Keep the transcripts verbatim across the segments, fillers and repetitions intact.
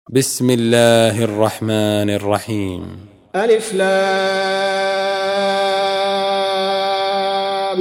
بسم الله الرحمن الرحيم. ألف لام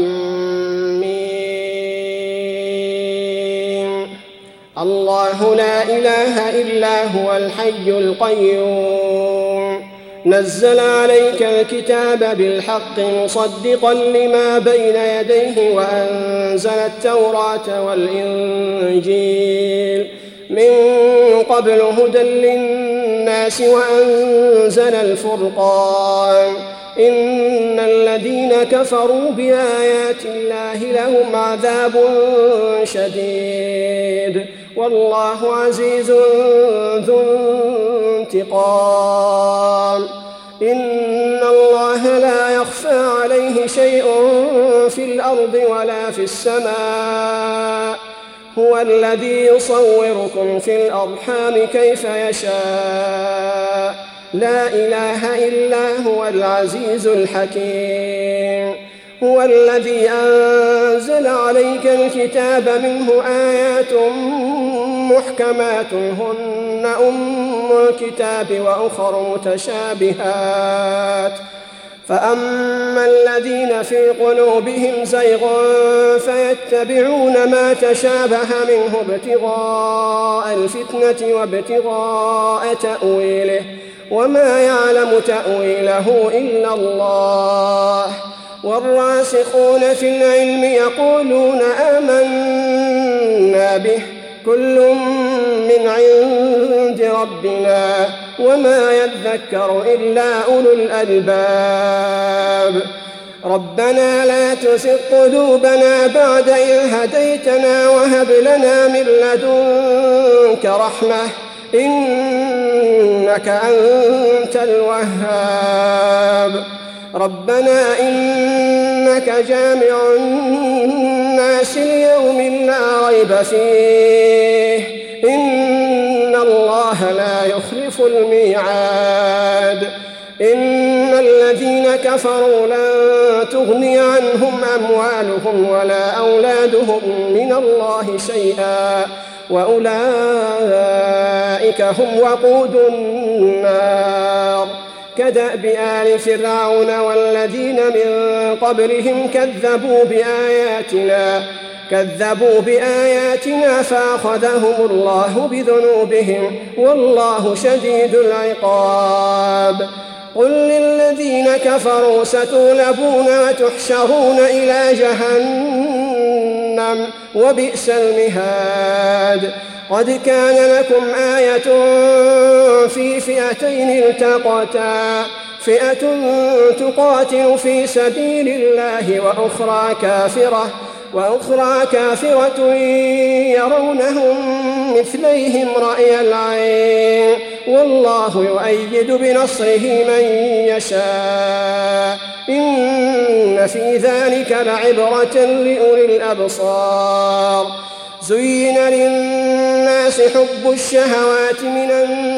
ميم. الله لا إله إلا هو الحي القيوم نزل عليك الكتاب بالحق مصدقا لما بين يديه وأنزل التوراة والإنجيل من قبل هدى للناس وأنزل الفرقان إن الذين كفروا بآيات الله لهم عذاب شديد والله عزيز ذو انتقام. إن الله لا يخفى عليه شيء في الأرض ولا في السماء هو الذي يصوركم في الأرحام كيف يشاء لا إله إلا هو العزيز الحكيم. هو الذي أنزل عليك الكتاب منه آيات محكمات هن أم الكتاب وأخر متشابهات فأما الذين في قلوبهم زيغ فيتبعون ما تشابه منه ابتغاء الفتنة وابتغاء تأويله وما يعلم تأويله إلا الله والراسخون في العلم يقولون آمنا به كل من عند ربنا وما يذكر إلا أولو الألباب. ربنا لا تزغ قلوبنا بعد إذ هديتنا وهب لنا من لدنك رحمة إنك أنت الوهاب. ربنا إنك جامع الناس ليوم لا ريب فيه إن الله لا يخلف الميعاد. إن الذين كفروا لن تغني عنهم أموالهم ولا أولادهم من الله شيئا وأولئك هم وقود النار. كدأب آل فرعون والذين من قبلهم كذبوا بآياتنا كذبوا بآياتنا فأخذهم الله بذنوبهم والله شديد العقاب. قل للذين كفروا ستغلبون وتحشرون إلى جهنم وبئس المهاد. قد كان لكم آية في فئتين التقتا فئة تقاتل في سبيل الله وأخرى كافرة وأخرى كافرة يرونهم مثليهم رأي العين والله يؤيد بنصره من يشاء إن في ذلك لعبرة لأولي الأبصار. زين للناس حب الشهوات من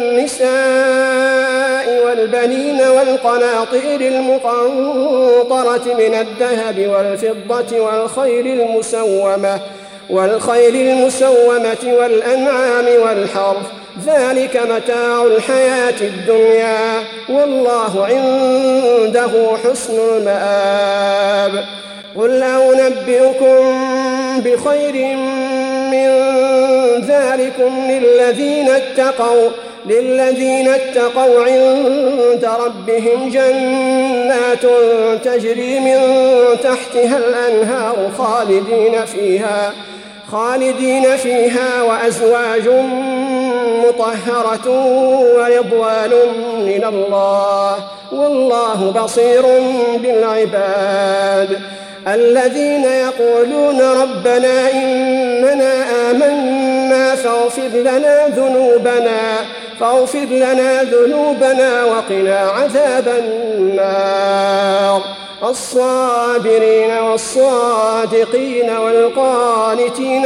النساء والبنين والقناطير المقنطرة من الذهب والفضة والخيل المسومة والخيل المسومة والأنعام والحرث ذلك متاع الحياة الدنيا والله عنده حسن المآب. قل أنبئكم بخير من ذلكم للذين اتقوا للذين اتقوا عند ربهم جنات تجري من تحتها الأنهار خالدين فيها خالدين فيها وأزواج مطهرة ورضوان من الله والله بصير بالعباد. الذين يقولون ربنا إننا آمنا فاغفر لنا ذنوبنا فاغفر لنا ذنوبنا وقنا عذاب النار. الصابرين والصادقين والقانتين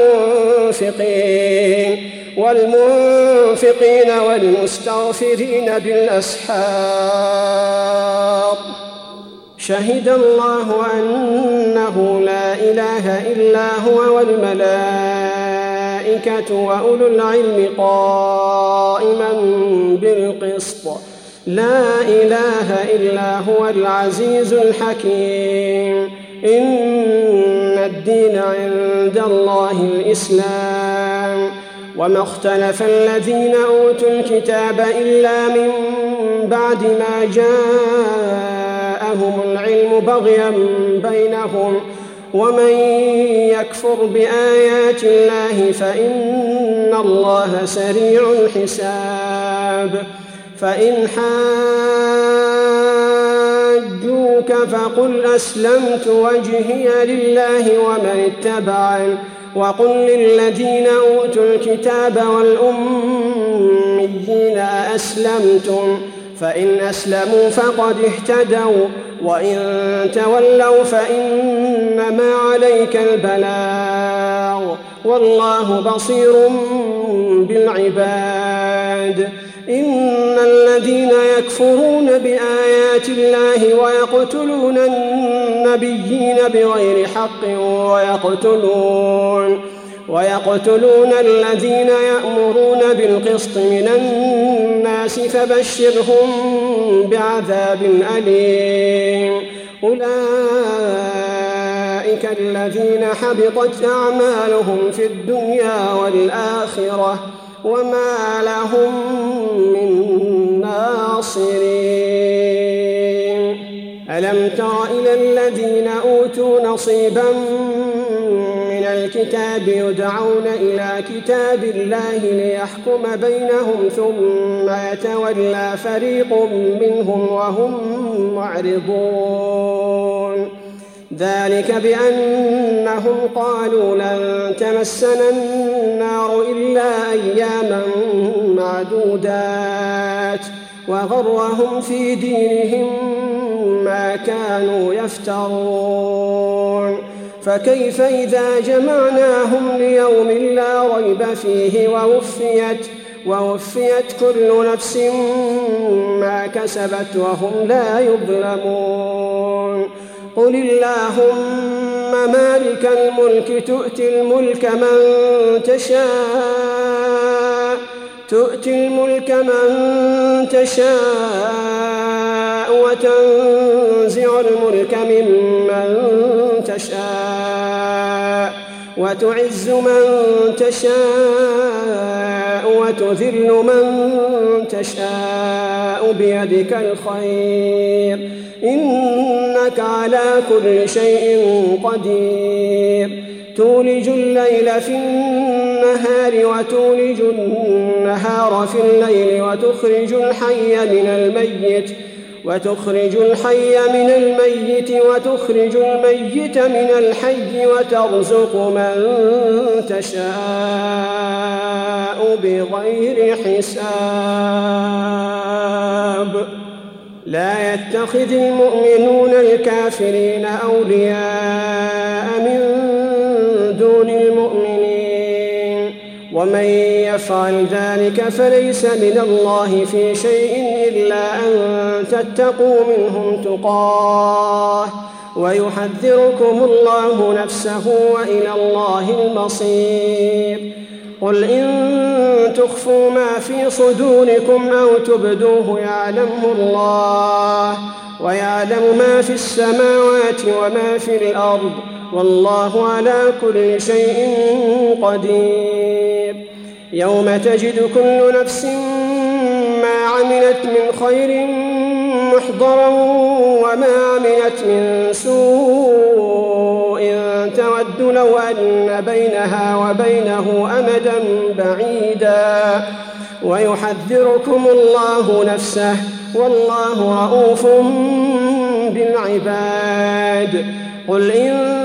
والمنفقين والمنفقين والمستغفرين بالأسحار. شهد الله أنه لا إله إلا هو والملائكة والملائكة وأولو العلم قائما بالقسط لا إله إلا هو العزيز الحكيم إن الدين عند الله الإسلام وما اختلف الذين أوتوا الكتاب إلا من بعد ما جاءهم العلم بغيا بينهم ومن يكفر بآيات الله فإن الله سريع الحساب فإن حاجوك فقل أسلمت وجهي لله ومن اتبعني وقل للذين أوتوا الكتاب والأميين أسلمتم فإن أسلموا فقد اهتدوا وإن تولوا فإنما عليك البلاغ والله بصير بالعباد إن الذين يكفرون بآيات الله ويقتلون النبيين بغير حق ويقتلون ويقتلون الذين يأمرون بالقسط من الناس فبشرهم بعذاب أليم أولئك الذين حبطت أعمالهم في الدنيا والآخرة وما لهم من ناصرين ألم تر إلى الذين أوتوا نصيبا من الكتاب يدعون إلى كتاب الله ليحكم بينهم ثم يتولى فريق منهم وهم معرضون ذلك بأنهم قالوا لن تمسنا النار إلا أياما معدودات وغرهم في دينهم ما كانوا يفترون فكيف إذا جمعناهم ليوم لا ريب فيه ووفيت, ووفيت كل نفس ما كسبت وهم لا يظلمون قل اللهم مالك الملك تؤتي الملك من تشاء تؤتي الملك من تشاء وتنزع الملك ممن تشاء وتعز من تشاء وتذل من تشاء بيدك الخير إنك على كل شيء قدير تولج الليل في النهار وتولج النهار في الليل وتخرج الحي من الميت وتخرج الحي من الميت وتخرج الميت من الحي وترزق من تشاء بغير حساب لا يتخذ المؤمنون الكافرين أولياء من دون المؤمنين ومن يفعل ذلك فليس من الله في شيء إلا أن تتقوا منهم تقاه ويحذركم الله نفسه وإلى الله المصير قل إن تخفوا ما في صدوركم أو تبدوه يعلمه الله ويعلم ما في السماوات وما في الأرض والله على كل شيء قدير يوم تجد كل نفس ما عملت من خير محضرا وما عملت من سوء تود لو أن بينها وبينه أمدا بعيدا ويحذركم الله نفسه والله رؤوف بالعباد قل إن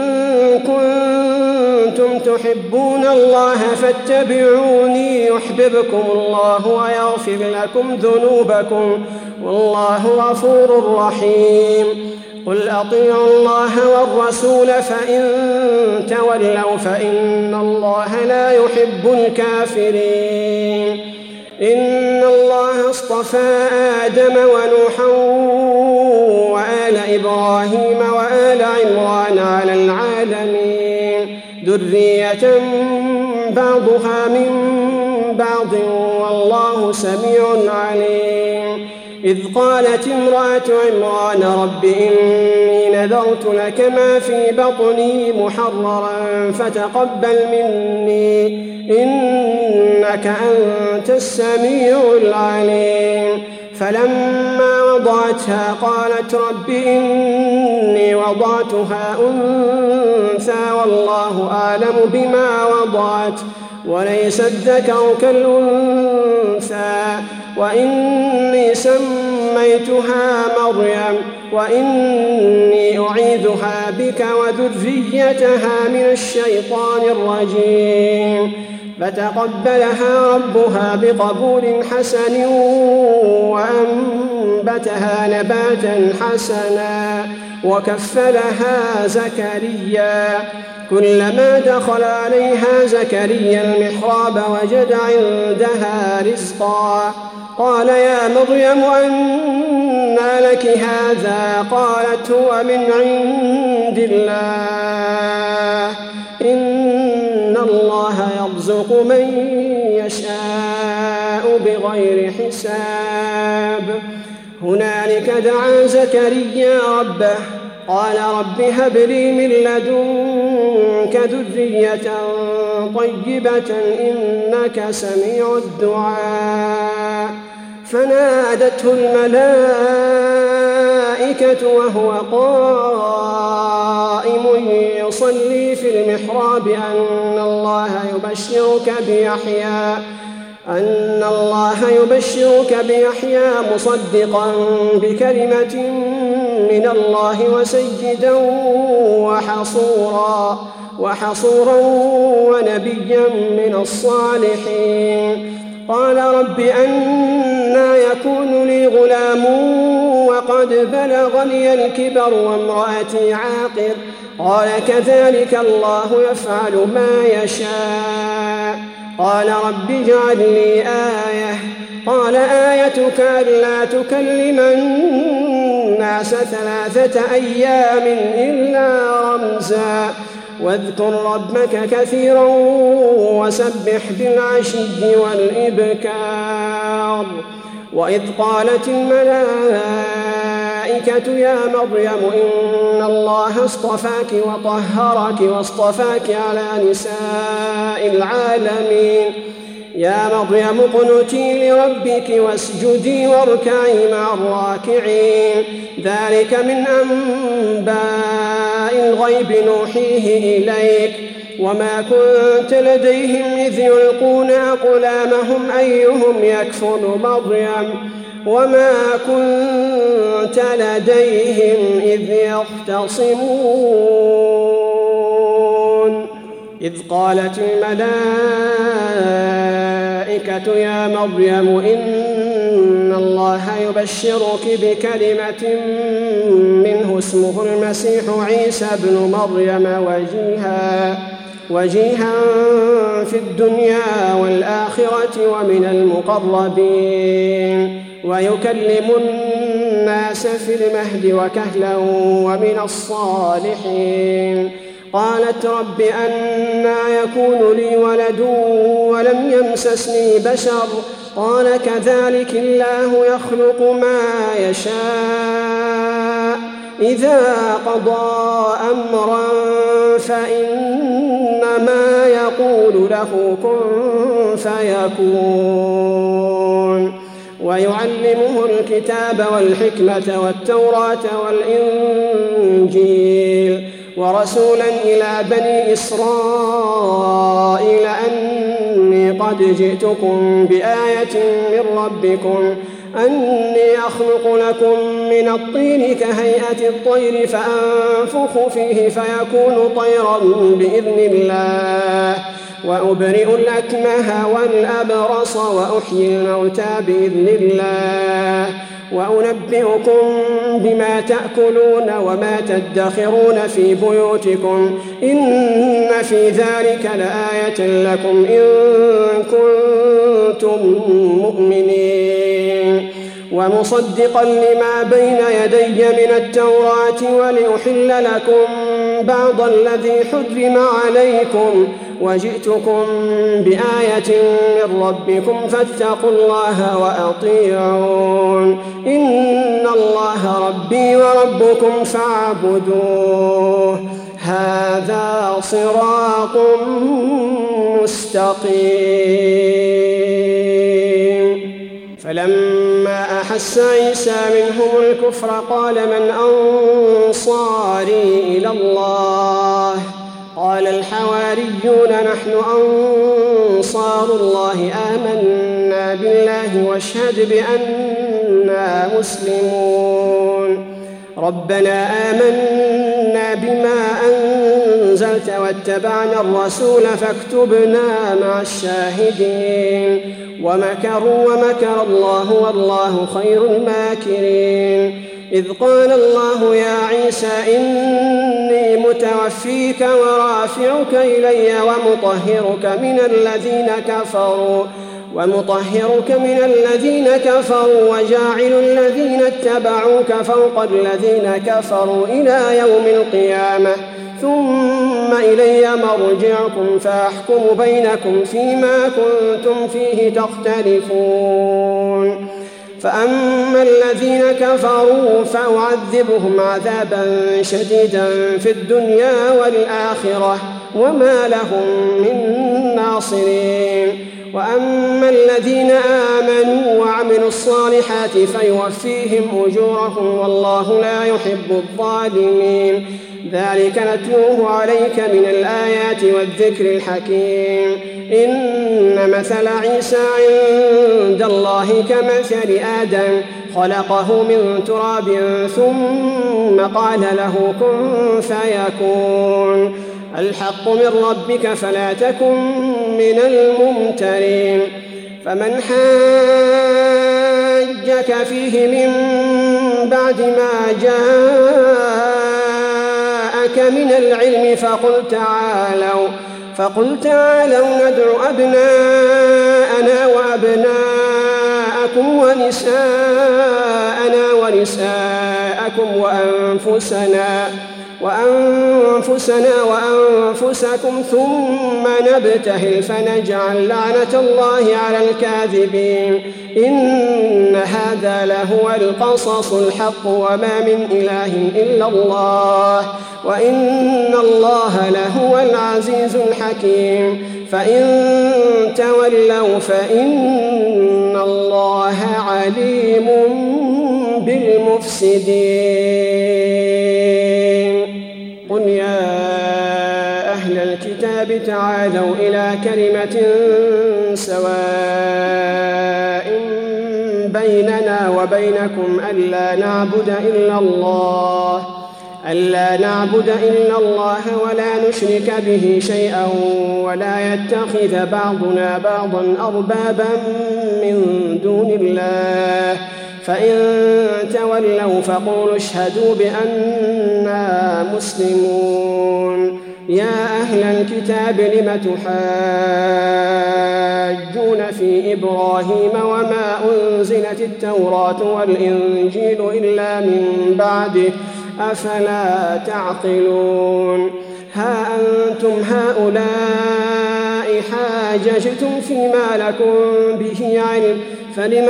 كنتم تحبون الله فاتبعوني يحببكم الله ويغفر لكم ذنوبكم والله غفور رحيم قل أطيعوا الله والرسول فإن تولوا فإن الله لا يحب الكافرين إن الله اصطفى آدم ونوحا وآل إبراهيم وآل عمران على العالمين ذرية بعضها من بعض والله سميع عليم. إذ قالت امرأة عمران رب إني نذرت لك ما في بطني محررا فتقبل مني إنك أنت السميع العليم. فلما وضعتها قالت رب إني وضعتها أنثى والله أعلم بما وضعت وليس الذكر كالأنثى وإني سميتها مريم وإني أعيذها بك وذريتها من الشيطان الرجيم. فتقبلها ربها بقبول حسن وأنبتها نباتا حسنا وكفلها زكريا. كلما دخل عليها زكريا المحراب وجد عندها رزقا قال يا مريم أنى لك هذا؟ قالت هو من عند الله إن الله يرزق من يشاء بغير حساب. هنالك دعا زكريا ربه قال رب هب لي من لدنك ذرية طيبة إنك سميع الدعاء. فنادته الملائكة وهو قائم يصلي في المحراب أن الله يبشرك بيحيى أن الله يبشرك بيحيى مصدقا بكلمة من الله وسيدا وحصورا وحصورا ونبيا من الصالحين. قال رب أنى يكون لي غلام وقد بلغني الكبر وامرأتي عاقر؟ قال كذلك الله يفعل ما يشاء. قال رب اجعل لي آية. قال آيتك ألا تكلم الناس ثلاثة أيام إلا رمزا واذكر ربك كثيرا وسبح بالعشي والإبكار. وإذ قالت الملائكة يا مريم إن الله اصطفاك وطهرك واصطفاك على نساء العالمين. يا مريم اقنتي لربك واسجدي واركعي مع الراكعين. ذلك من أنباء الغيب نوحيه إليك وما كنت لديهم إذ يلقون أقلامهم أيهم يكفل مريم وما كنت لديهم إذ يختصمون. إذ قالت الملائكة يا مريم إن الله يبشرك بكلمة منه اسمه المسيح عيسى ابن مريم وجيها وجيها في الدنيا والآخرة ومن المقربين ويكلم الناس في المهد وكهلا ومن الصالحين. قالت رب أنى يكون لي ولد ولم يمسسني بشر؟ قال كذلك الله يخلق ما يشاء إذا قضى أمرا فإنما يقول له كن فيكون. ويعلمه الكتاب والحكمة والتوراة والإنجيل ورسولا إلى بني إسرائيل أني قد جئتكم بآية من ربكم أني أخلق لكم من الطين كهيئة الطير فأنفخ فيه فيكون طيرا بإذن الله وأبرئ الأكمه والأبرص وأحيي الموتى بإذن الله وأنبئكم بما تأكلون وما تدخرون في بيوتكم إن في ذلك لآية لكم إن كنتم مؤمنين. ومصدقا لما بين يدي من التوراة ولأحل لكم بعض الذي حرم عليكم وجئتكم بآية من ربكم فاتقوا الله وأطيعون إن الله ربي وربكم فاعبدوه هذا صراط مستقيم. فلما أحس عيسى منهم الكفر قال من أنصاري إلى الله قال الحواريون نحن أنصار الله آمنا بالله واشهد بأننا مسلمون ربنا آمنا بما أنزلت واتبعنا الرسول فاكتبنا مع الشاهدين ومكروا ومكر الله والله خير الماكرين. إذ قال الله يا عيسى إني متوفيك ورافعك إلي ومطهرك من الذين كفروا ومطهرك من الذين كفروا وجاعل الذين اتبعوك فوق الذين كفروا إلى يوم القيامة ثم إلي مرجعكم فأحكم بينكم فيما كنتم فيه تختلفون. فأما الذين كفروا فأعذبهم عذابا شديدا في الدنيا والآخرة وما لهم من ناصرين. وأما الذين آمنوا وعملوا الصالحات فيوفيهم أجورهم والله لا يحب الظالمين. ذلك نتلوه عليك من الآيات والذكر الحكيم. إن مثل عيسى عند الله كمثل آدم خلقه من تراب ثم قال له كن فيكون الحق من ربك فلا تكن من الممترين. فمن حاجك فيه من بعد ما جاءك من العلم فقل تعالوا فقل تعالوا ندع أبناءنا وأبناءكم ونساءنا ونساءكم وأنفسنا وأنفسنا وأنفسكم ثم نبتهل فنجعل لعنة الله على الكاذبين. إن هذا لهو القصص الحق وما من إله إلا الله وإن الله لهو العزيز الحكيم. فإن تولوا فإن الله عليم بالمفسدين. قل يا أهل الكتاب تعالوا إلى كلمة سواء بيننا وبينكم ألا نعبد إلا الله ألا نعبد إلا الله ولا نشرك به شيئا ولا يتخذ بعضنا بعضا أربابا من دون الله فإن تولوا فقولوا اشهدوا بأننا مسلمون. يا أهل الكتاب لم تحاجون في إبراهيم وما أنزلت التوراة والإنجيل إلا من بعده أفلا تعقلون. ها أنتم هؤلاء حاججتم فيما لكم به علم فلم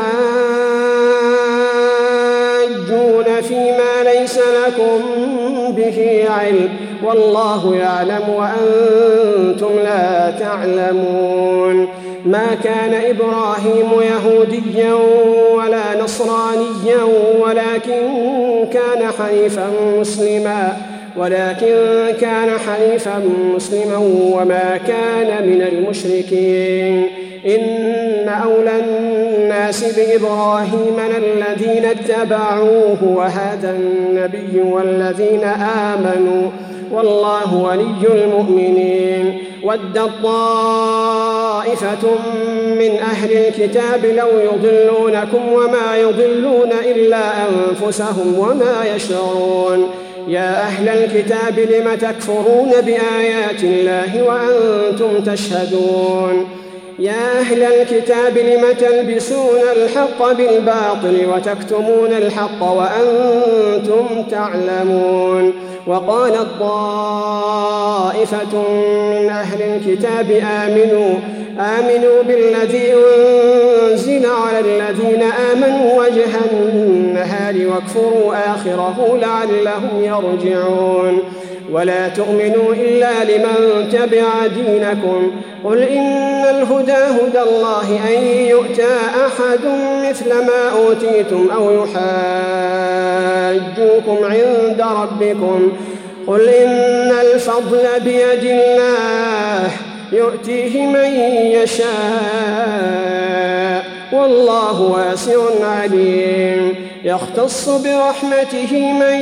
تحاجون فيما ليس لكم به علم والله يعلم وأنتم لا تعلمون. ما كان إبراهيم يهوديا ولا نصرانيا ولكن كان حنيفا مسلما ولكن كان حنيفا مسلما وما كان من المشركين. إن أولى الناس بإبراهيم الذين اتبعوه وهذا النبي والذين آمنوا والله ولي المؤمنين. ودت طائفة من أهل الكتاب لو يضلونكم وما يضلون إلا أنفسهم وما يشعرون. يا أهل الكتاب لم تكفرون بآيات الله وأنتم تشهدون. يا أهل الكتاب لم تلبسون الحق بالباطل وتكتمون الحق وأنتم تعلمون. وقالت طائفة من أهل الكتاب آمنوا آمنوا بالذي أنزل على الذين آمنوا وجه النهار واكفروا آخره لعلهم يرجعون. ولا تؤمنوا إلا لمن تبع دينكم. قل إن الهدى هدى الله أن يؤتى أحد مثل ما أوتيتم أو يحاجوكم عند ربكم. قل إن الفضل بيد الله يؤتيه من يشاء والله واسع عليم. يختص برحمته من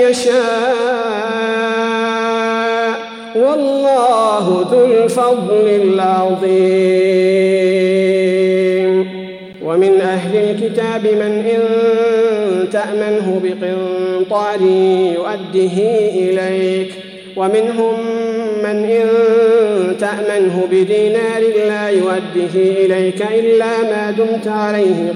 يشاء والله ذو الفضل العظيم. ومن أهل الكتاب من إن تأمنه بقنطار يؤده إليك ومنهم من إن تأمنه بدينار لا يؤده إليك إلا ما دمت عليه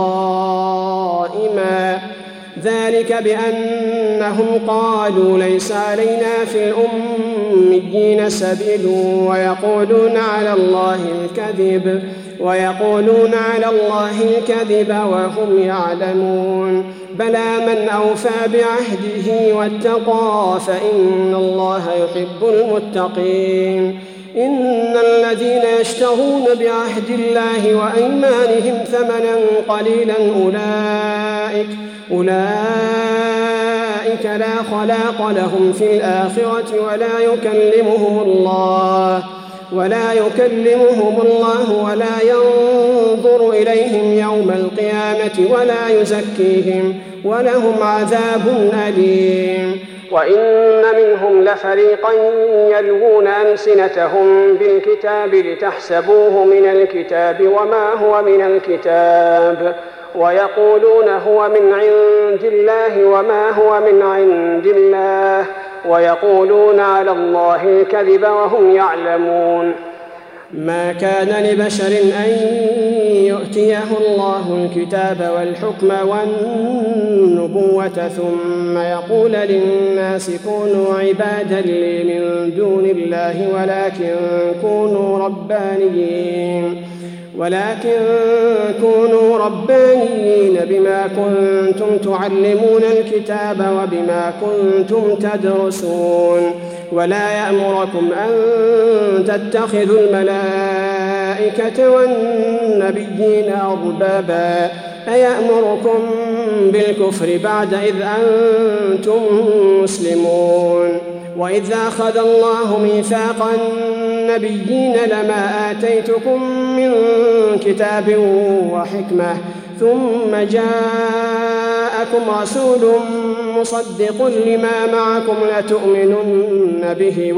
قائما. ذلك بأنهم قالوا ليس علينا في الأميين سبيل ويقولون على الله الكذب ويقولون على الله الكذب وهم يعلمون. بلى من أوفى بعهده واتقى فإن الله يحب المتقين. إن الذين يشترون بعهد الله وأيمانهم ثمنا قليلا أولئك أولئك لا خلاق لهم في الآخرة ولا يكلمهم الله ولا يكلمهم الله ولا ينظر إليهم يوم القيامة ولا يزكيهم ولهم عذاب أليم. وإن منهم لفريقا يلوون ألسنتهم بالكتاب لتحسبوه من الكتاب وما هو من الكتاب ويقولون هو من عند الله وما هو من عند الله ويقولون على الله الكذب وهم يعلمون. ما كان لبشر أن يؤتيه الله الكتاب والحكم والنبوة ثم يقول للناس كونوا عبادا لي من دون الله ولكن كونوا ربانيين ولكن كونوا ربانيين بما كنتم تعلمون الكتاب وبما كنتم تدرسون. ولا يأمركم أن تتخذوا الملائكة والنبيين أربابا أيأمركم بالكفر بعد إذ أنتم مسلمون. وإذ أخذ الله ميثاق النبيين لما آتيتكم من كتاب وحكمة ثم جاءكم رسول مصدق لما معكم لتؤمنن به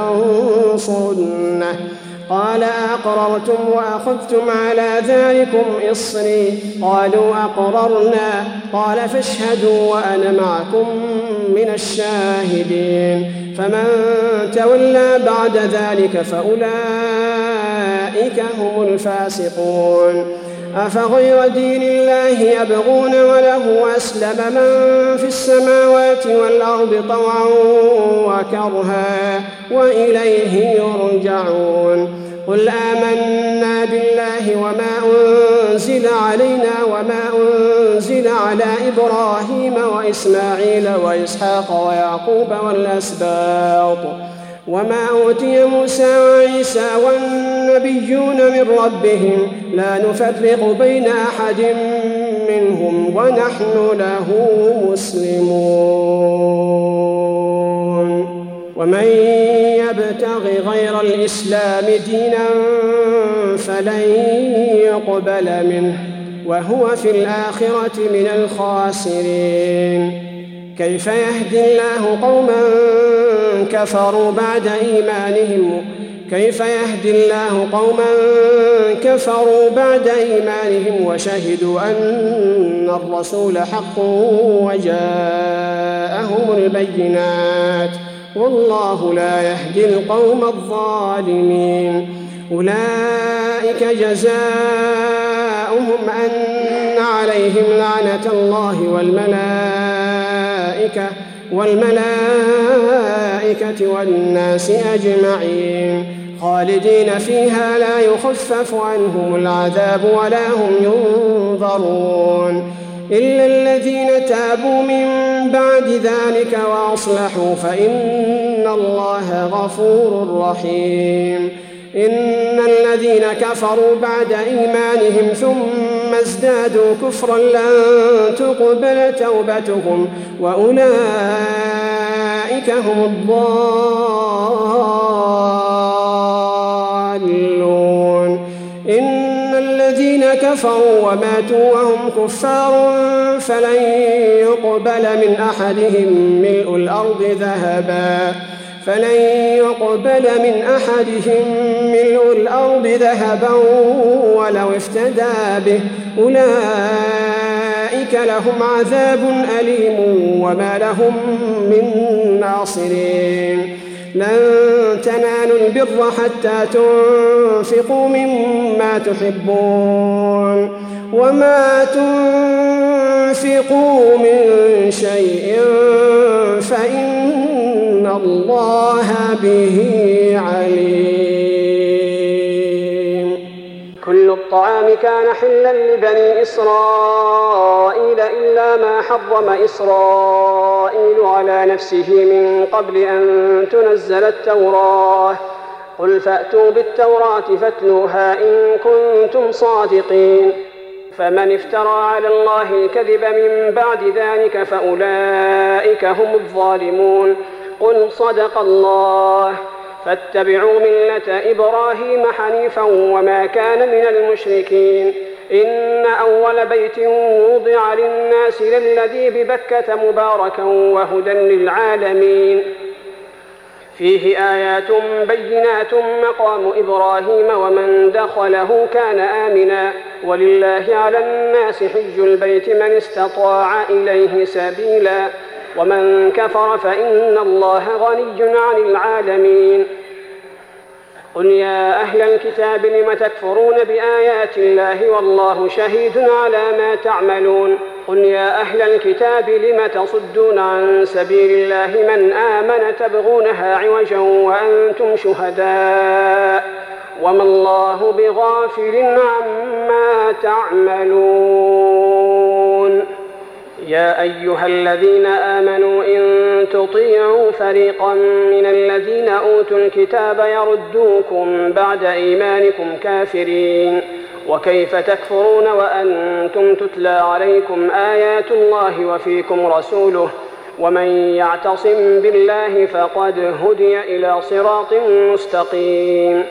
ولتنصرنه قال أقررتم وأخذتم على ذلكم إصري قالوا أقررنا قال فاشهدوا وأنا معكم من الشاهدين. فمن تولى بعد ذلك فأولئك هم الفاسقون. أفغير دين الله يبغون وله أسلم من في السماوات والأرض طوعا وكرها وإليه يرجعون. قل آمنا بالله وما أنزل علينا وما أنزل على إبراهيم وإسماعيل وإسحاق ويعقوب والأسباط وما أوتي موسى وعيسى والنبيون من ربهم لا نفرق بين أحد منهم ونحن له مسلمون. ومن يبتغ غير الإسلام دينا فلن يقبل منه وهو في الآخرة من الخاسرين. كيف يهدي الله قوما كفروا بعد إيمانهم كيف يهدي الله قوما كفروا بعد إيمانهم وشهدوا أن الرسول حق وجاءهم البينات والله لا يهدي القوم الظالمين. أولئك أولئك جزاؤهم أن عليهم لعنة الله والملائكة والملائكة والناس أجمعين خالدين فيها لا يخفف عنهم العذاب ولا هم ينظرون إلا الذين تابوا من بعد ذلك وأصلحوا فإن الله غفور رحيم إن الذين كفروا بعد إيمانهم ثم ازدادوا كفرا لن تقبل توبتهم وأولئك هم الضالون إن الذين كفروا وماتوا وهم كفار فلن يقبل من أحدهم ملء الأرض ذهبا فلن يقبل من أحدهم ملء الأرض ذهبا ولو افتدى به أولئك لهم عذاب أليم وما لهم من ناصرين لن تنالوا البر حتى تنفقوا مما تحبون وما تنفقوا من شيء فإن الله به عليم كل الطعام كان حلا لبني إسرائيل إلا ما حرم إسرائيل على نفسه من قبل أن تنزل التوراة قل فأتوا بالتوراة فاتلوها إن كنتم صادقين فمن افترى على الله الكذب من بعد ذلك فأولئك هم الظالمون قل صدق الله فاتبعوا ملة إبراهيم حنيفا وما كان من المشركين إن أول بيت وضع للناس للذي ببكة مباركا وهدى للعالمين فيه آيات بينات مقام إبراهيم ومن دخله كان آمنا ولله على الناس حج البيت من استطاع إليه سبيلا ومن كفر فإن الله غني عن العالمين قل يا أهل الكتاب لم تكفرون بآيات الله والله شهيد على ما تعملون قل يا أهل الكتاب لم تصدون عن سبيل الله من آمن تبغونها عوجا وأنتم شهداء وما الله بغافل عما تعملون يا أيها الذين آمنوا إن تطيعوا فريقا من الذين أوتوا الكتاب يردوكم بعد إيمانكم كافرين وكيف تكفرون وأنتم تتلى عليكم آيات الله وفيكم رسوله ومن يعتصم بالله فقد هدي إلى صراط مستقيم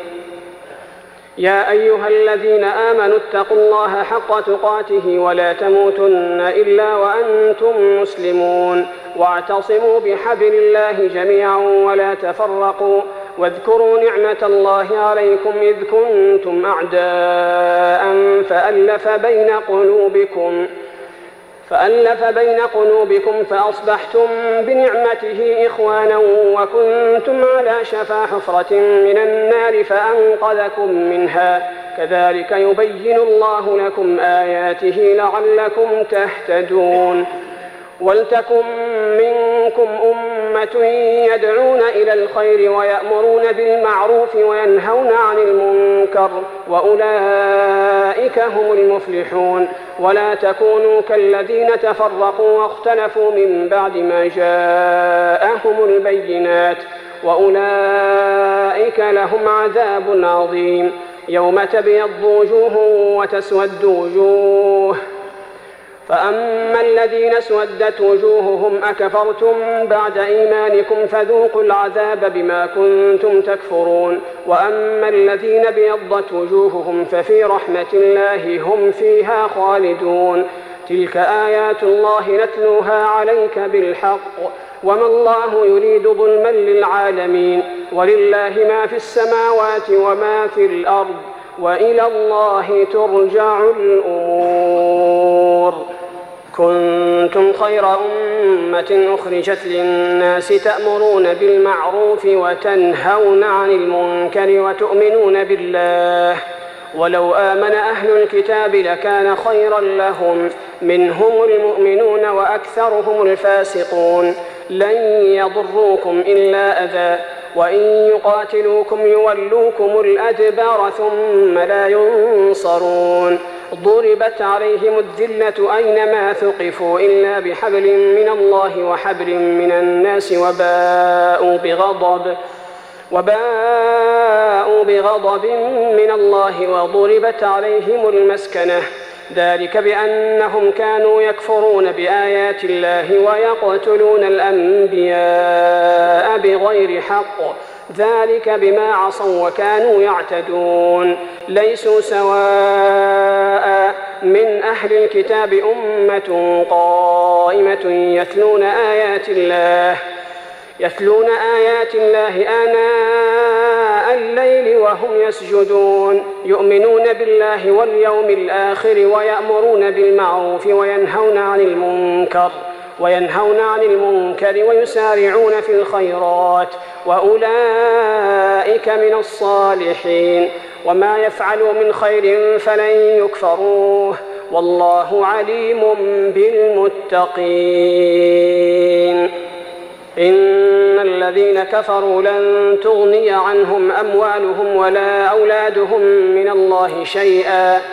يا أيها الذين آمنوا اتقوا الله حق تقاته ولا تموتن إلا وأنتم مسلمون واعتصموا بحبل الله جميعا ولا تفرقوا واذكروا نعمة الله عليكم إذ كنتم أعداء فألف بين قلوبكم فألف بين قلوبكم فأصبحتم بنعمته إخوانا وكنتم على شفا حفرة من النار فأنقذكم منها كذلك يبين الله لكم آياته لعلكم تهتدون ولتكن منكم أمة يدعون إلى الخير ويأمرون بالمعروف وينهون عن المنكر وأولئك هم المفلحون ولا تكونوا كالذين تفرقوا واختلفوا من بعد ما جاءهم البينات وأولئك لهم عذاب عظيم يوم تبيض وجوه وتسود وجوه فأما الذين اسودت وجوههم أكفرتم بعد إيمانكم فذوقوا العذاب بما كنتم تكفرون وأما الذين ابيضت وجوههم ففي رحمة الله هم فيها خالدون تلك آيات الله نتلوها عليك بالحق وما الله يريد ظلما للعالمين ولله ما في السماوات وما في الأرض وإلى الله ترجع الأمور كنتم خير أمة أخرجت للناس تأمرون بالمعروف وتنهون عن المنكر وتؤمنون بالله ولو آمن أهل الكتاب لكان خيرا لهم منهم المؤمنون وأكثرهم الفاسقون لن يضروكم إلا أذى وإن يقاتلوكم يولوكم الأدبار ثم لا ينصرون ضربت عليهم الذلة أينما ثقفوا إلا بحبل من الله وحبل من الناس وباءوا بغضب وباءوا بغضب من الله وضربت عليهم المسكنة ذلك بأنهم كانوا يكفرون بآيات الله ويقتلون الأنبياء بغير حق ذلك بما عصوا وكانوا يعتدون ليسوا سواء من أهل الكتاب أمة قائمة يتلون آيات الله يتلون آيات الله آناء الليل وهم يسجدون يؤمنون بالله واليوم الآخر ويأمرون بالمعروف وينهون عن المنكر وينهون عن المنكر ويسارعون في الخيرات وأولئك من الصالحين وما يفعلوا من خير فلن يكفروه والله عليم بالمتقين إن الذين كفروا لن تغني عنهم أموالهم ولا أولادهم من الله شيئا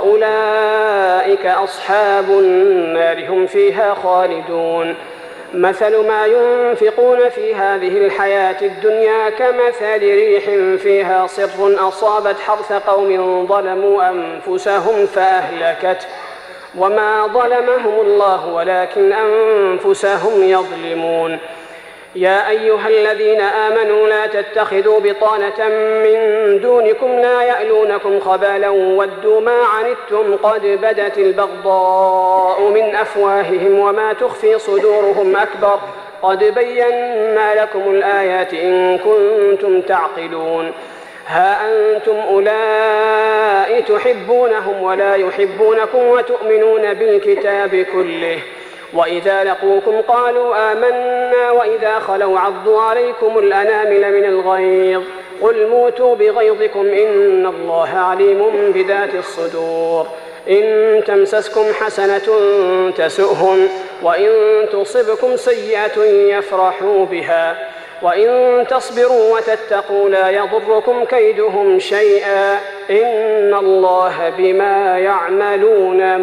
وأولئك أصحاب النار هم فيها خالدون مثل ما ينفقون في هذه الحياة الدنيا كمثل ريح فيها صر أصابت حرث قوم ظلموا أنفسهم فأهلكت وما ظلمهم الله ولكن أنفسهم يظلمون يا أيها الذين آمنوا لا تتخذوا بطانة من دونكم لا يألونكم خبالا ودوا ما عنتم قد بدت البغضاء من أفواههم وما تخفي صدورهم أكبر قد بينا لكم الآيات إن كنتم تعقلون ها أنتم أولئك تحبونهم ولا يحبونكم وتؤمنون بالكتاب كله وإذا لقوكم قالوا آمنا وإذا خلوا عضوا عليكم الأنامل من الغيظ قل موتوا بغيظكم إن الله عليم بذات الصدور إن تمسسكم حسنة تسؤهم وإن تصبكم سيئة يفرحوا بها وإن تصبروا وتتقوا لا يضركم كيدهم شيئا إن الله بما يعملون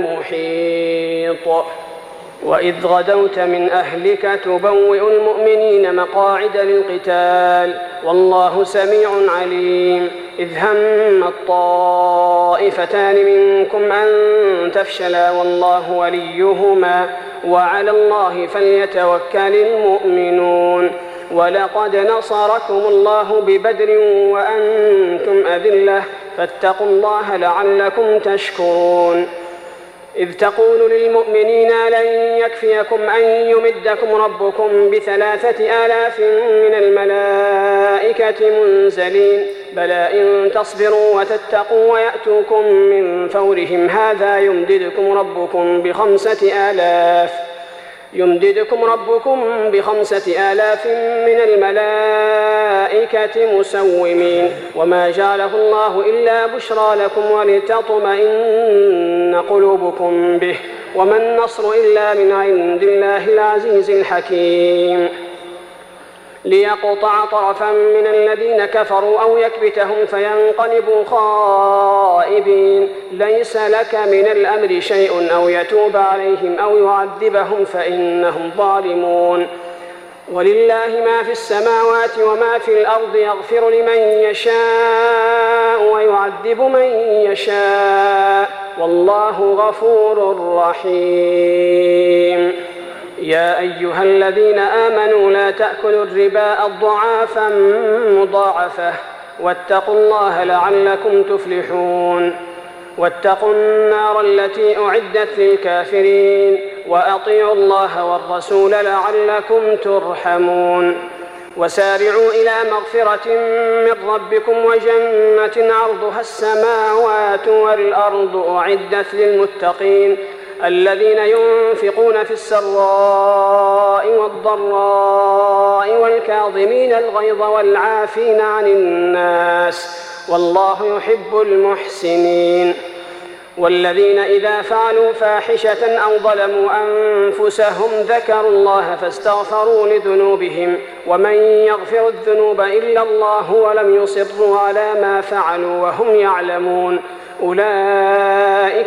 محيط وإذ غدوت من أهلك تبوئ المؤمنين مقاعد للقتال والله سميع عليم إذ هم الطائفتان منكم أن تفشلا والله وليهما وعلى الله فليتوكل المؤمنون ولقد نصركم الله ببدر وأنتم أذلة فاتقوا الله لعلكم تشكرون إذ تقول للمؤمنين لن يكفيكم أن يمدكم ربكم بثلاثة آلاف من الملائكة منزلين بلى إن تصبروا وتتقوا ويأتوكم من فورهم هذا يمددكم ربكم بخمسة آلاف يمددكم ربكم بخمسة آلاف من الملائكة مسومين وما جعله الله إلا بشرى لكم ولتطمئن قلوبكم به وما النصر إلا من عند الله العزيز الحكيم ليقطع طرفا من الذين كفروا أو يكبتهم فينقلبوا خائبين ليس لك من الأمر شيء أو يتوب عليهم أو يعذبهم فإنهم ظالمون ولله ما في السماوات وما في الأرض يغفر لمن يشاء ويعذب من يشاء والله غفور رحيم يا أيها الذين آمنوا لا تأكلوا الربا أضعافا مضاعفة واتقوا الله لعلكم تفلحون واتقوا النار التي أعدت للكافرين وأطيعوا الله والرسول لعلكم ترحمون وسارعوا إلى مغفرة من ربكم وجنة عرضها السماوات والأرض أعدت للمتقين الذين ينفقون في السراء والضراء والكاظمين الغيظ والعافين عن الناس والله يحب المحسنين. والذين إذا فعلوا فاحشة أو ظلموا أنفسهم ذكروا الله فاستغفروا لذنوبهم ومن يغفر الذنوب إلا الله ولم يصروا على ما فعلوا وهم يعلمون أولئك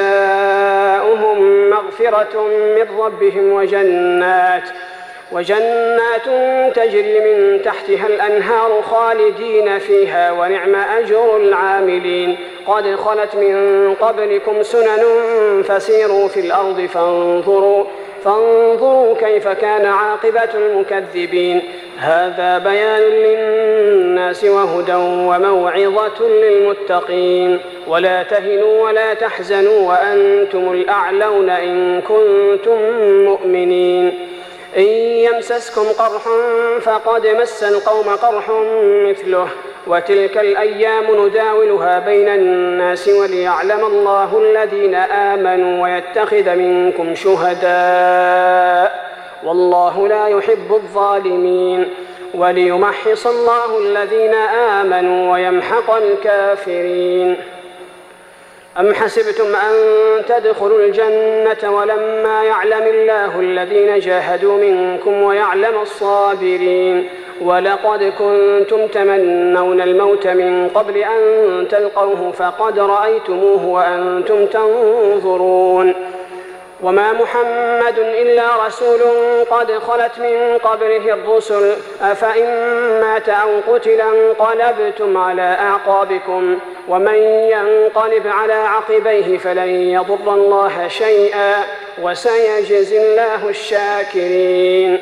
جزاؤهم مغفرة من ربهم وجنات وجنات تجري من تحتها الأنهار خالدين فيها ونعم أجر العاملين. قد خلت من قبلكم سنن فسيروا في الأرض فانظروا, فانظروا كيف كان عاقبة المكذبين. هذا بيان للناس وهدى وموعظة للمتقين. ولا تهنوا ولا تحزنوا وأنتم الأعلون إن كنتم مؤمنين. إن يمسسكم قرح فقد مس القوم قرح مثله وتلك الأيام نداولها بين الناس وليعلم الله الذين آمنوا ويتخذ منكم شهداء والله لا يحب الظالمين وليمحص الله الذين آمنوا ويمحق الكافرين. أم حسبتم أن تدخلوا الجنة ولما يعلم الله الذين جاهدوا منكم ويعلم الصابرين ولقد كنتم تمنون الموت من قبل أن تلقوه فقد رأيتموه وأنتم تنظرون وما محمد إلا رسول قد خلت من قبله الرسل أفإن مات أو قتل انقلبتم على أعقابكم ومن ينقلب على عقبيه فلن يضر الله شيئا وسيجزي الله الشاكرين.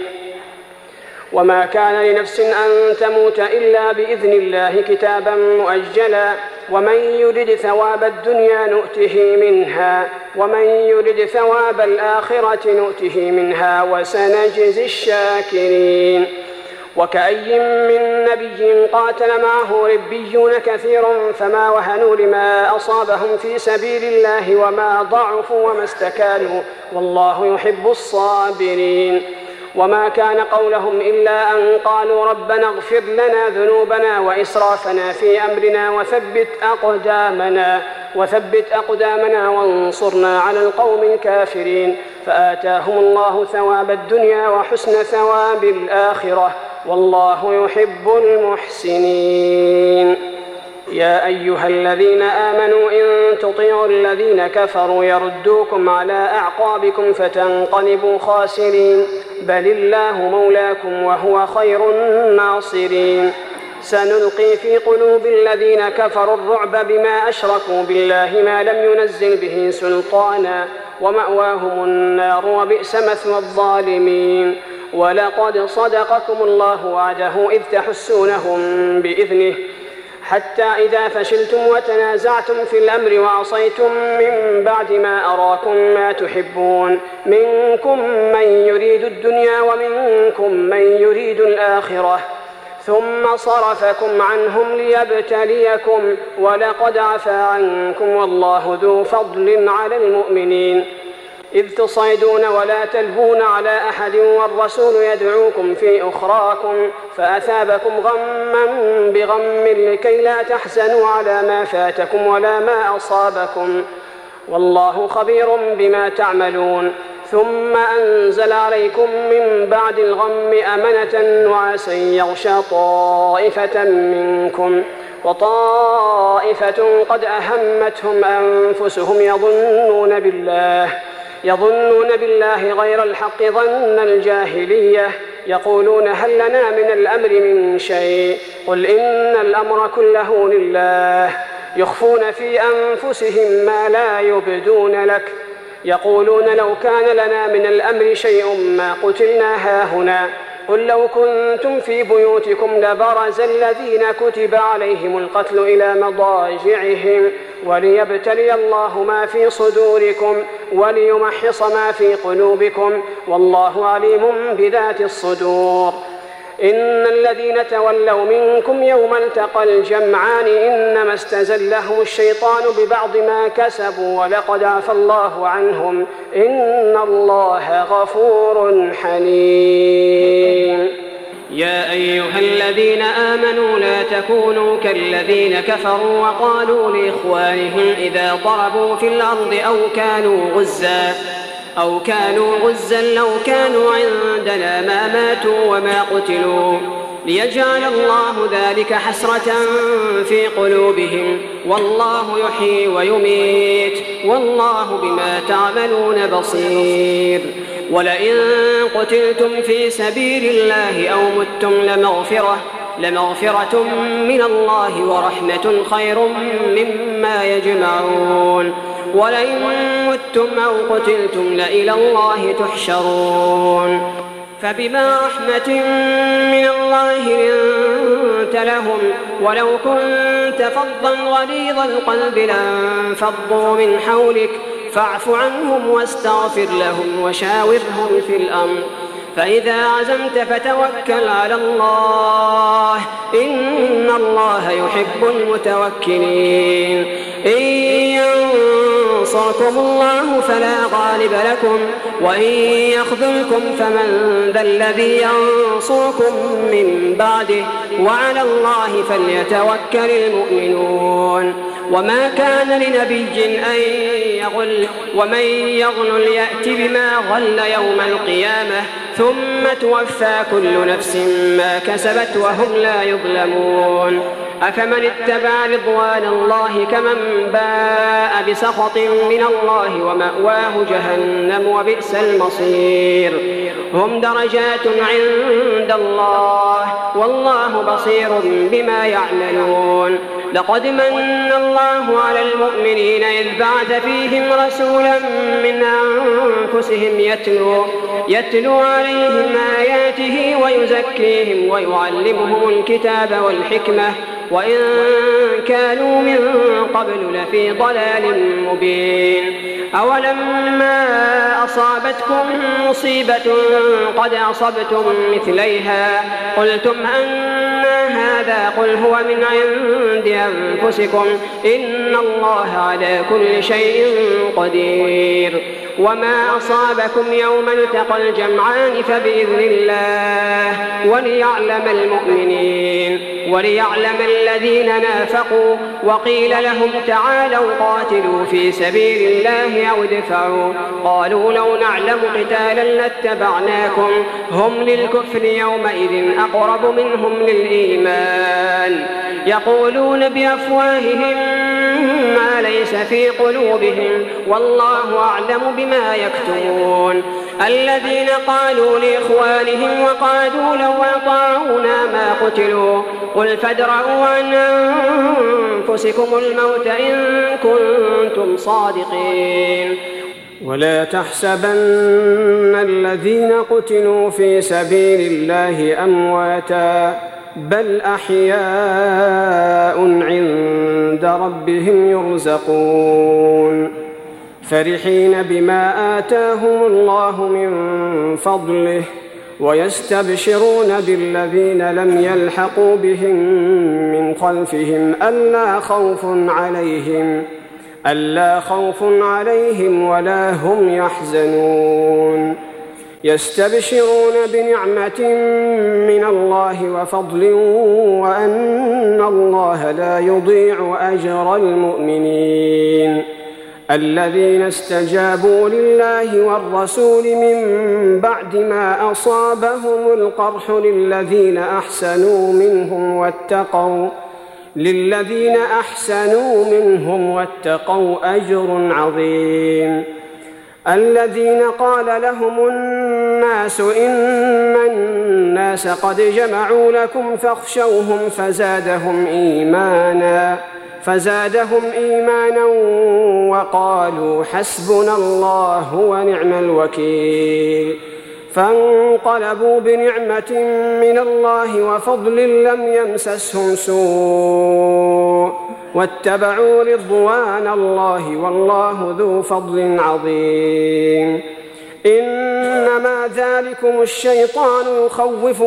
وما كان لنفس أن تموت إلا بإذن الله كتابا مؤجلا ومن يرد ثواب الدنيا نؤته منها ومن يرد ثواب الآخرة نؤته منها وسنجزي الشاكرين. وكأي من نبي قاتل معه ربيون كثير فما وهنوا لما أصابهم في سبيل الله وما ضعفوا وما استكانوا والله يحب الصابرين. وما كان قولهم إلا أن قالوا ربنا اغفر لنا ذنوبنا وإسرافنا في أمرنا وثبت أقدامنا وثبت أقدامنا وانصرنا على القوم الكافرين فآتاهم الله ثواب الدنيا وحسن ثواب الآخرة والله يحب المحسنين. يا أيها الذين آمنوا إن تطيعوا الذين كفروا يردوكم على أعقابكم فتنقلبوا خاسرين بل الله مولاكم وهو خير الناصرين. سنلقي في قلوب الذين كفروا الرعب بما أشركوا بالله ما لم ينزل به سلطانا ومأواهم النار وبئس مثوى الظالمين. ولقد صدقكم الله وعده إذ تحسونهم بإذنه حتى إذا فشلتم وتنازعتم في الأمر وعصيتم من بعد ما أراكم ما تحبون منكم من يريد الدنيا ومنكم من يريد الآخرة ثم صرفكم عنهم ليبتليكم ولقد عفا عنكم والله ذو فضل على المؤمنين. إذ تصعدون ولا تلوون على أحد والرسول يدعوكم في أخراكم فأثابكم غما بغم لكي لا تحزنوا على ما فاتكم ولا ما أصابكم والله خبير بما تعملون. ثم أنزل عليكم من بعد الغم أمنة نعاسا يغشى طائفة منكم وطائفة قد أهمتهم أنفسهم يظنون بالله يظنون بالله غير الحق ظن الجاهلية يقولون هل لنا من الأمر من شيء قل إن الأمر كله لله يخفون في أنفسهم ما لا يبدون لك يقولون لو كان لنا من الأمر شيء ما قتلنا هاهنا قل لو كنتم في بيوتكم لبرز الذين كتب عليهم القتل إلى مضاجعهم وليبتلي الله ما في صدوركم وليمحص ما في قلوبكم والله عليم بذات الصدور. إن الذين تولوا منكم يوم التقى الجمعان إنما استزلهم الشيطان ببعض ما كسبوا ولقد عفى الله عنهم إن الله غفور حليم. يا أيها الذين آمنوا لا تكونوا كالذين كفروا وقالوا لإخوانهم إذا ضربوا في الأرض أو كانوا غزا أو كانوا غزا لو كانوا عندنا ما ماتوا وما قتلوا ليجعل الله ذلك حسرة في قلوبهم والله يحيي ويميت والله بما تعملون بصير. ولئن قتلتم في سبيل الله أو متم لمغفرة لمغفرة من الله ورحمة خير مما يجمعون. ولئن متم أو قتلتم لإلى الله تحشرون. فبما رحمة من الله لنت لهم ولو كنت فظا غليظ القلب لانفضوا من حولك فاعف عنهم واستغفر لهم وشاورهم في الأمر فإذا عزمت فتوكل على الله إن الله يحب المتوكلين. إن ينصركم الله فلا غالب لكم وإن يخذلكم فمن ذا الذي ينصركم من بعده وعلى الله فليتوكل المؤمنون. وما كان لنبي أن يغل ومن يغل يأت بما غل يوم القيامة ثم توفى كل نفس ما كسبت وهم لا يظلمون. أفمن اتبع رضوان الله كمن باء بسخط من الله ومأواه جهنم وبئس المصير. هم درجات عند الله والله بصير بما يعملون. لقد من الله على المؤمنين إذ بعث فيهم رسولا من أنفسهم يتلو, يتلو عليهم آياته ويزكيهم ويعلمهم الكتاب والحكمة وإن كانوا من قبل لفي ضلال مبين. أولما أصابتكم مصيبة قد أصبتم مثليها قلتم أن هذا قل هو من عند أنفسكم إن الله على كل شيء قدير. وما أصابكم يوم التقى الجمعان فبإذن الله وليعلم المؤمنين وليعلم الذين نافقوا. وقيل لهم تعالوا قاتلوا في سبيل الله أو ادفعوا قالوا لو نعلم قتالا لاتبعناكم هم للكفر يومئذ أقرب منهم للإيمان يقولون بأفواههم ما ليس في قلوبهم والله أعلم بما يكتمون. الذين قالوا لإخوانهم وقعدوا لو أطاعونا ما قتلوا قل فادرءوا عن أنفسكم الموت إن كنتم صادقين. ولا تحسبن الذين قتلوا في سبيل الله أمواتا بل أحياء عند ربهم يرزقون فرحين بما آتاهم الله من فضله ويستبشرون بالذين لم يلحقوا بهم من خلفهم ألا خوف عليهم ألا خوف عليهم ولا هم يحزنون يستبشرون بنعمة من الله وفضل وأن الله لا يضيع أجر المؤمنين الذين استجابوا لله والرسول من بعد ما أصابهم القرح للذين أحسنوا منهم واتقوا للذين أحسنوا منهم واتقوا أجر عظيم. الذين قال لهم الناس إن الناس قد جمعوا لكم فاخشوهم فزادهم إيمانا فزادهم إيمانا وقالوا حسبنا الله ونعم الوكيل فانقلبوا بنعمة من الله وفضل لم يمسسهم سوء واتبعوا رضوان الله والله ذو فضل عظيم. إنما ذلكم الشيطان يخوف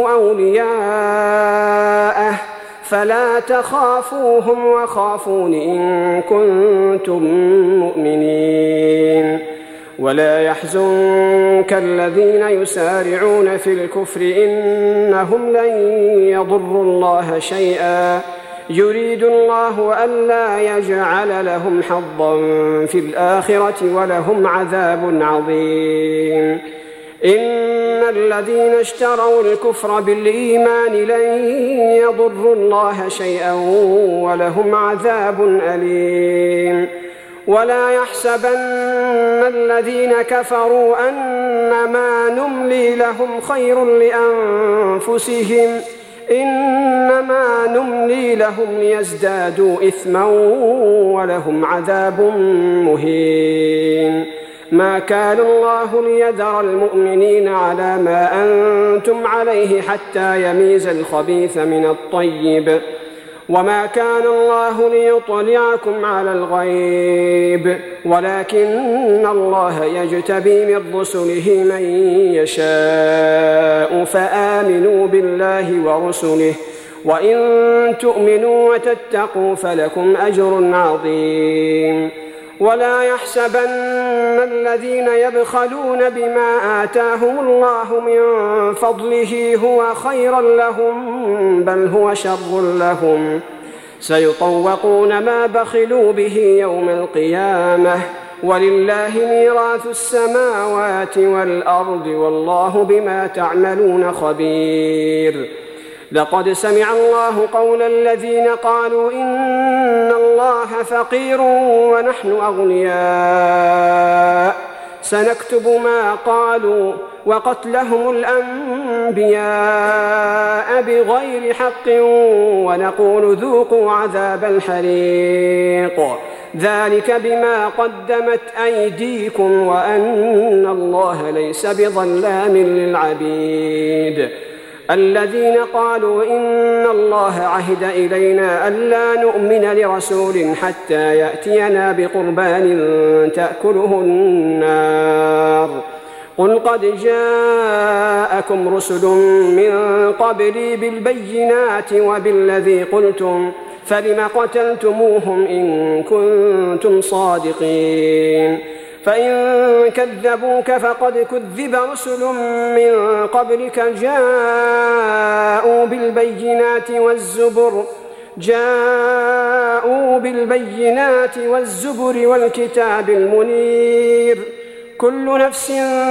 أولياءه فلا تخافوهم وخافون إن كنتم مؤمنين ولا يحزنك الذين يسارعون في الكفر إنهم لن يضروا الله شيئا يريد الله ألا يجعل لهم حظا في الآخرة ولهم عذاب عظيم إن الذين اشتروا الكفر بالإيمان لن يضروا الله شيئا ولهم عذاب أليم ولا يحسبن الذين كفروا أنما نملي لهم خير لأنفسهم إنما نملي لهم ليزدادوا إثما ولهم عذاب مهين ما كان الله ليذر المؤمنين على ما أنتم عليه حتى يميز الخبيث من الطيب وما كان الله ليطلعكم على الغيب ولكن الله يجتبي من رسله من يشاء فآمنوا بالله ورسله وإن تؤمنوا وتتقوا فلكم أجر عظيم ولا يحسبن الذين يبخلون بما آتاهم الله من فضله هو خيرا لهم بل هو شر لهم سيطوقون ما بخلوا به يوم القيامة ولله ميراث السماوات والأرض والله بما تعملون خبير لقد سمع الله قول الذين قالوا إن الله فقير ونحن أغنياء سنكتب ما قالوا وقتلهم الأنبياء بغير حق ونقول ذوقوا عذاب الحريق ذلك بما قدمت أيديكم وأن الله ليس بظلام للعبيد الذين قالوا إن الله عهد إلينا ألا نؤمن لرسول حتى يأتينا بقربان تأكله النار قل قد جاءكم رسل من قبلي بالبينات وبالذي قلتم فلم قتلتموهم إن كنتم صادقين فإن كذبوك فقد كذب رسل من قبلك جاءوا بالبينات والزبر جاءوا بالبينات والزبر والكتاب المنير كل نفس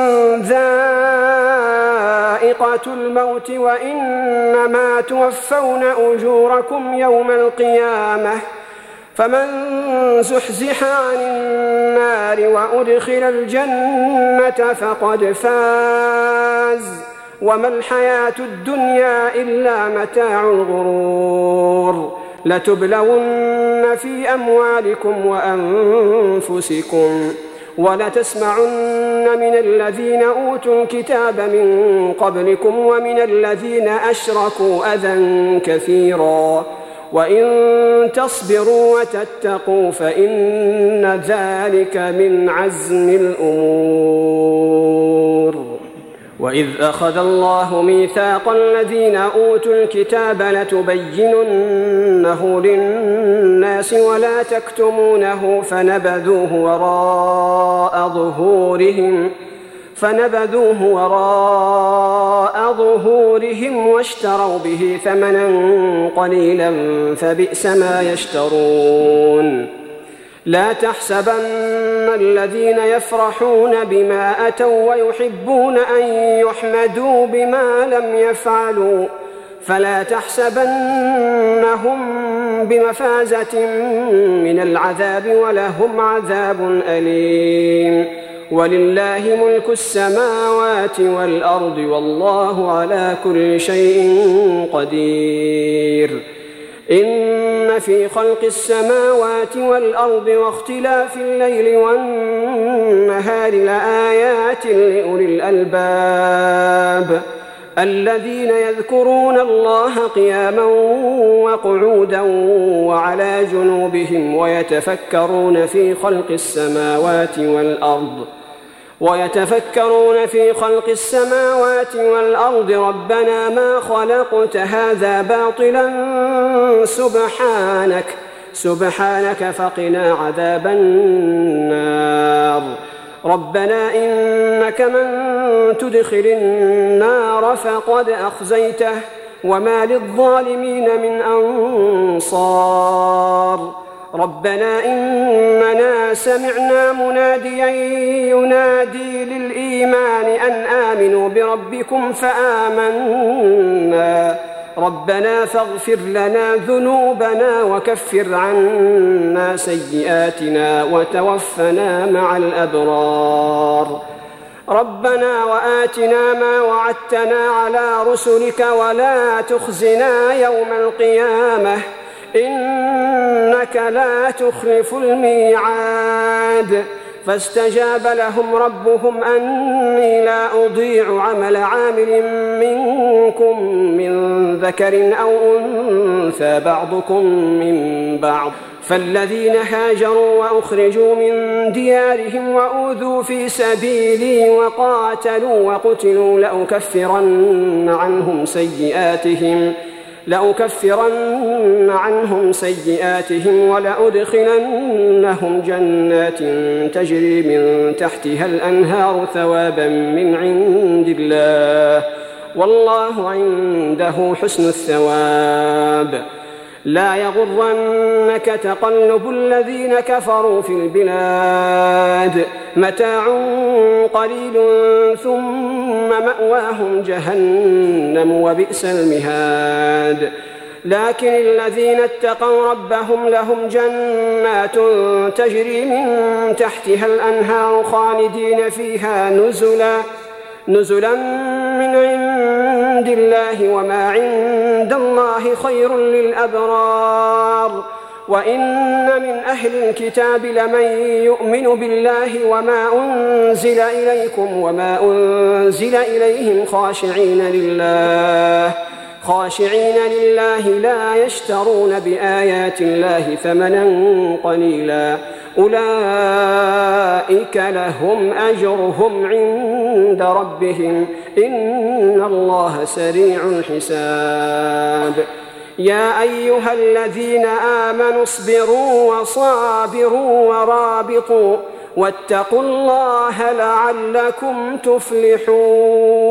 ذائقة الموت وإنما توفون أجوركم يوم القيامة فمن زحزح عن النار وأدخل الجنة فقد فاز وما الحياة الدنيا إلا متاع الغرور لتبلون في أموالكم وأنفسكم ولتسمعن من الذين أوتوا الكتاب من قبلكم ومن الذين أشركوا أذى كثيرا وإن تصبروا وتتقوا فإن ذلك من عزم الأمور وإذ أخذ الله ميثاق الذين أوتوا الكتاب لتبيننه للناس ولا تكتمونه فنبذوه وراء ظهورهم فنبذوه وراء ظهورهم واشتروا به ثمنا قليلا فبئس ما يشترون لا تحسبن الذين يفرحون بما أتوا ويحبون أن يحمدوا بما لم يفعلوا فلا تحسبنهم بمفازة من العذاب ولهم عذاب أليم ولله ملك السماوات والأرض والله على كل شيء قدير إن في خلق السماوات والأرض واختلاف الليل والنهار لآيات لأولي الألباب الذين يذكرون الله قياما وقعودا وعلى جنوبهم ويتفكرون في خلق السماوات والأرض ويتفكرون في خلق السماوات والأرض ربنا ما خلقت هذا باطلا سبحانك سبحانك فقنا عذاب النار ربنا إنك من تدخل النار فقد أخزيته وما للظالمين من أنصار ربنا إننا سمعنا مناديا ينادي للإيمان أن آمنوا بربكم فآمنا ربنا فاغفر لنا ذنوبنا وكفر عنا سيئاتنا وتوفنا مع الأبرار ربنا وآتنا ما وعدتنا على رسلك ولا تخزنا يوم القيامة إنك لا تخلف الميعاد فاستجاب لهم ربهم أني لا أضيع عمل عامل منكم من ذكر أو أنثى بعضكم من بعض فالذين هاجروا وأخرجوا من ديارهم وأوذوا في سبيلي وقاتلوا وقتلوا لأكفرن عنهم سيئاتهم لأكفرن عنهم سيئاتهم ولأدخلنهم جنات تجري من تحتها الأنهار ثوابا من عند الله والله عنده حسن الثواب لا يغرنك تقلب الذين كفروا في البلاد متاع قليل ثم مأواهم جهنم وبئس المهاد لكن الذين اتقوا ربهم لهم جنات تجري من تحتها الأنهار خالدين فيها نزلا نزلا من عند الله وما عند الله خير للأبرار وإن من أهل الكتاب لمن يؤمن بالله وما أنزل إليكم وما أنزل إليهم خاشعين لله خاشعين لله لا يشترون بآيات الله ثمنا قليلا أولئك لهم أجرهم عند ربهم إن الله سريع الحساب يا أيها الذين آمنوا اصبروا وصابروا ورابطوا واتقوا الله لعلكم تفلحون